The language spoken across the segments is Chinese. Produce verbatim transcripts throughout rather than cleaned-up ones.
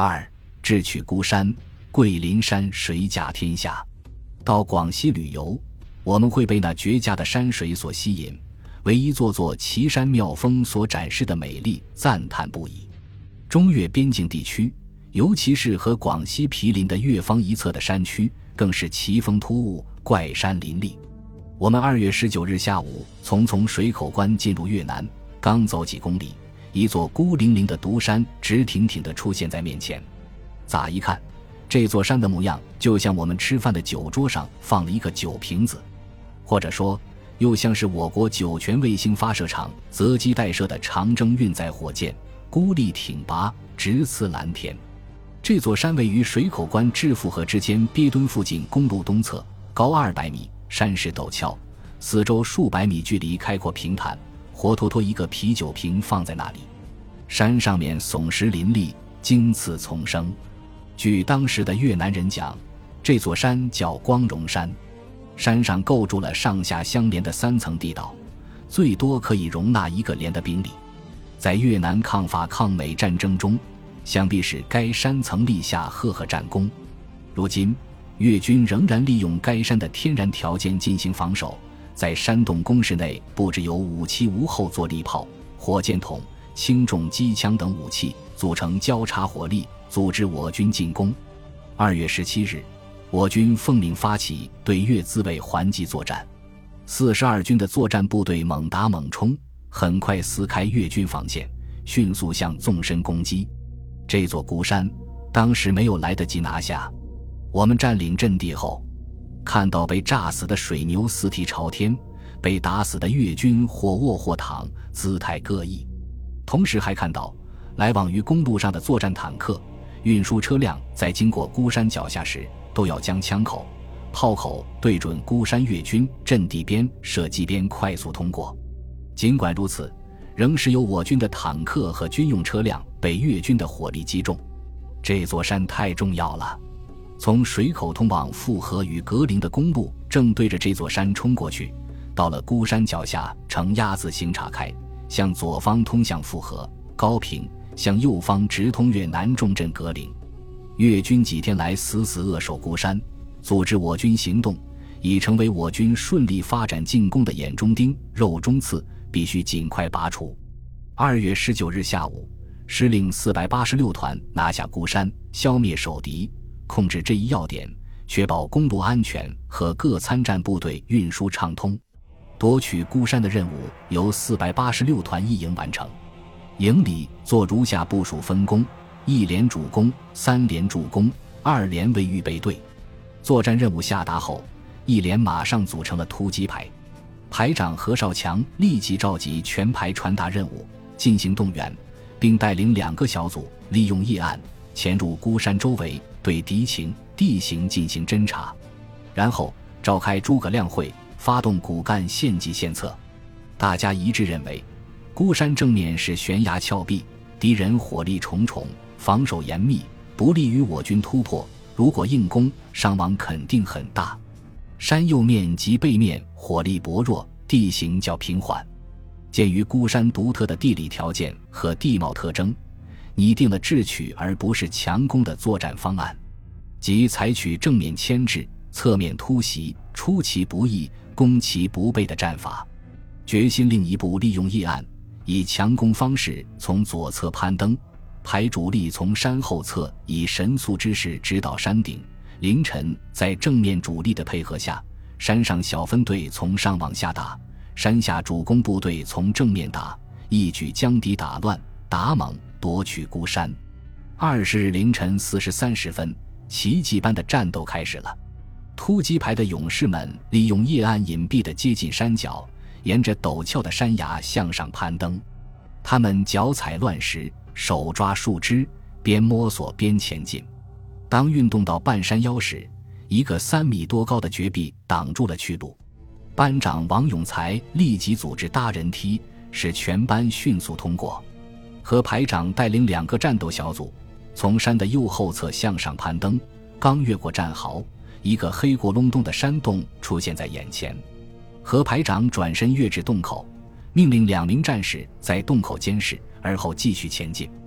二、智取孤山，桂林山水甲天下。到广西旅游，我们会被那绝佳的山水所吸引，为一座座奇山妙峰所展示的美丽赞叹不已。中越边境地区，尤其是和广西毗邻的越方一侧的山区，更是奇峰突兀，怪山林立。我们二月十九日下午从从水口关进入越南，刚走几公里，一座孤零零的独山直挺挺地出现在面前。乍一看，这座山的模样就像我们吃饭的酒桌上放了一个酒瓶子，或者说又像是我国酒泉卫星发射场择机待射的长征运载火箭，孤立挺拔，直刺蓝天。这座山位于水口关至富河之间鳖墩附近公路东侧，高二百米，山势陡峭，四周数百米距离开阔平坦，活脱脱一个啤酒瓶放在那里。山上面耸石林立，荆刺丛生。据当时的越南人讲，这座山叫光荣山。山上构筑了上下相连的三层地道，最多可以容纳一个连的兵力。在越南抗法抗美战争中，想必是该山曾立下赫赫战功。如今越军仍然利用该山的天然条件进行防守，在山洞工事内布置有武器无后坐力炮、火箭筒、轻重机枪等武器，组成交叉火力，组织我军进攻。二月十七日，我军奉命发起对越自卫还击作战。四十二军的作战部队猛打猛冲，很快撕开越军防线，迅速向纵深攻击。这座孤山当时没有来得及拿下。我们占领阵地后，看到被炸死的水牛四蹄朝天，被打死的越军或卧或躺，姿态各异。同时还看到来往于公路上的作战坦克、运输车辆在经过孤山脚下时，都要将枪口、炮口对准孤山越军阵地边、射击边快速通过。尽管如此，仍是有我军的坦克和军用车辆被越军的火力击中。这座山太重要了，从水口通往富河与格陵的公路正对着这座山冲过去，到了孤山脚下呈鸭字形岔开，向左方通向富河、高平，向右方直通越南重镇格陵。越军几天来死死扼守孤山，组织我军行动，已成为我军顺利发展进攻的眼中钉、肉中刺，必须尽快拔除。二月十九日下午，师令四百八十六团拿下孤山，消灭守敌，控制这一要点，确保公路安全和各参战部队运输畅通。夺取孤山的任务由四百八十六团一营完成。营里做如下部署分工：一连主攻，三连助攻，二连为预备队。作战任务下达后，一连马上组成了突击排。排长何少强立即召集全排传达任务，进行动员，并带领两个小组利用夜暗潜入孤山周围，对敌情、地形进行侦察。然后召开诸葛亮会，发动骨干献计献策。大家一致认为，孤山正面是悬崖峭壁，敌人火力重重，防守严密，不利于我军突破，如果硬攻，伤亡肯定很大。山右面及背面火力薄弱，地形较平缓。鉴于孤山独特的地理条件和地貌特征，拟定了智取而不是强攻的作战方案，即采取正面牵制、侧面突袭、出其不意、攻其不备的战法。决心另一步利用夜暗，以强攻方式从左侧攀登，排主力从山后侧以神速之势直捣山顶。凌晨在正面主力的配合下，山上小分队从上往下打，山下主攻部队从正面打，一举将敌打乱、打猛，夺取孤山。二十日凌晨四时三十分，奇迹般的战斗开始了。突击排的勇士们利用夜暗隐蔽的接近山脚，沿着陡峭的山崖向上攀登。他们脚踩乱石，手抓树枝，边摸索边前进。当运动到半山腰时，一个三米多高的绝壁挡住了去路。班长王永才立即组织搭人梯，使全班迅速通过。何排长带领两个战斗小组从山的右后侧向上攀登，刚越过战壕，一个黑咕隆咚的山洞出现在眼前。何排长转身跃至洞口，命令两名战士在洞口监视，而后继续前进。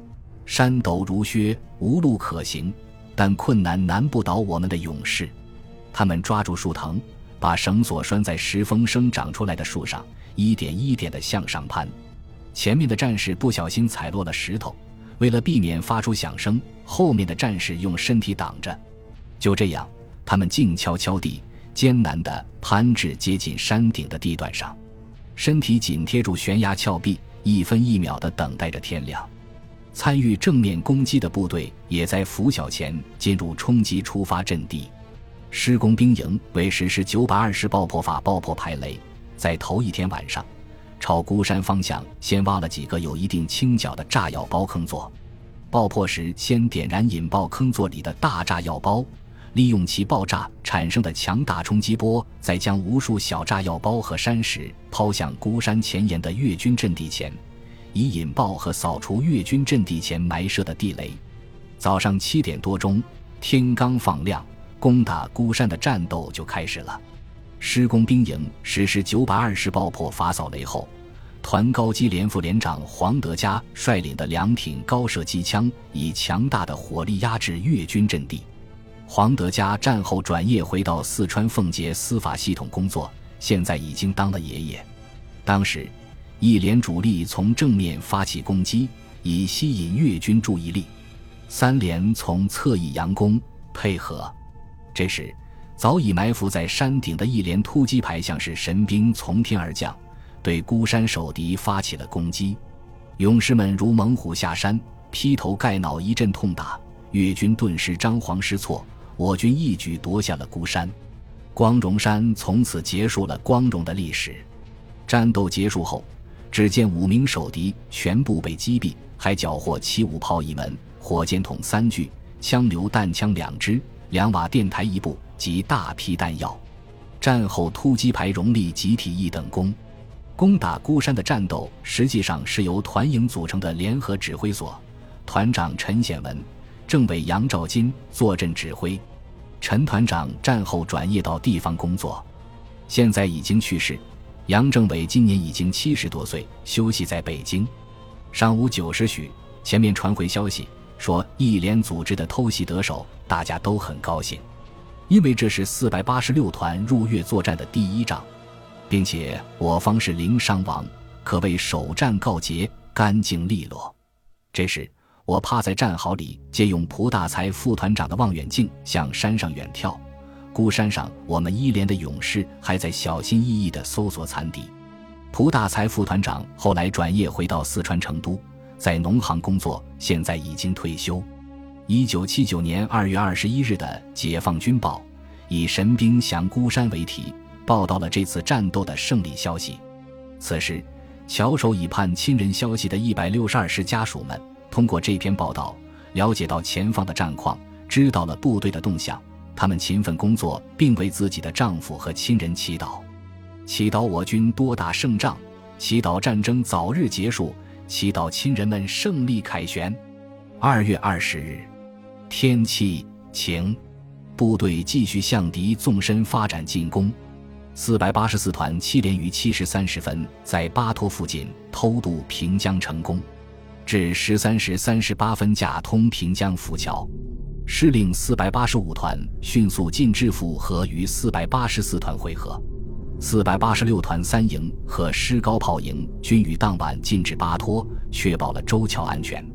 山陡如削，无路可行，但困难难不倒我们的勇士。他们抓住树藤，把绳索拴在石峰生长出来的树上，一点一点地向上攀。前面的战士不小心踩落了石头，为了避免发出响声，后面的战士用身体挡着。就这样，他们静悄悄地艰难地攀至接近山顶的地段上，身体紧贴住悬崖峭壁，一分一秒地等待着天亮。参与正面攻击的部队也在拂晓前进入冲击出发阵地。施工兵营为实施九百二十爆破法爆破排雷，在头一天晚上，朝孤山方向先挖了几个有一定倾角的炸药包坑座。爆破时先点燃引爆坑座里的大炸药包，利用其爆炸产生的强大冲击波，再将无数小炸药包和山石抛向孤山前沿的越军阵地前，以引爆和扫除越军阵地前埋设的地雷。早上七点多钟，天刚放亮，攻打孤山的战斗就开始了。施工兵营实施九百二十爆破法扫雷后，团高机连副连长黄德嘉率领的两挺高射机枪以强大的火力压制越军阵地。黄德嘉战后转业回到四川奉节司法系统工作，现在已经当了爷爷。当时一连主力从正面发起攻击，以吸引越军注意力，三连从侧翼佯攻配合。这时早已埋伏在山顶的一连突击排像是神兵从天而降，对孤山守敌发起了攻击。勇士们如猛虎下山，劈头盖脑一阵痛打，越军顿时张皇失措，我军一举夺下了孤山。光荣山从此结束了光荣的历史。战斗结束后，只见五名守敌全部被击毙，还缴获七五炮一门，火箭筒三具，枪榴弹枪两支，两瓦电台一部及大批弹药。战后突击排荣立集体一等功。攻打孤山的战斗实际上是由团营组成的联合指挥所，团长陈显文、政委杨兆金坐镇指挥。陈团长战后转业到地方工作，现在已经去世。杨政委今年已经七十多岁，休息在北京。上午九时许，前面传回消息，说一连组织的偷袭得手，大家都很高兴，因为这是四百八十六团入越作战的第一仗，并且我方是零伤亡，可谓首战告捷，干净利落。这时我趴在战壕里，借用蒲大才副团长的望远镜向山上远眺。孤山上我们一连的勇士还在小心翼翼地搜索残敌。蒲大才副团长后来转业回到四川成都，在农行工作，现在已经退休。一九七九年二月二十一日的《解放军报》以神兵降孤山为题，报道了这次战斗的胜利消息。此时翘首以盼亲人消息的一百六十二师家属们通过这篇报道了解到前方的战况，知道了部队的动向，他们勤奋工作，并为自己的丈夫和亲人祈祷，祈祷我军多打胜仗，祈祷战争早日结束，祈祷亲人们胜利凯旋。二月二十日，天气晴，部队继续向敌纵深发展进攻。四百八十四团七连于七时三十分在巴托附近偷渡平江成功，至十三时三十八分架通平江浮桥。师令四百八十五团迅速进至府河与四百八十四团会合。四百八十六团三营和师高炮营均于当晚进至巴托，确保了周桥安全。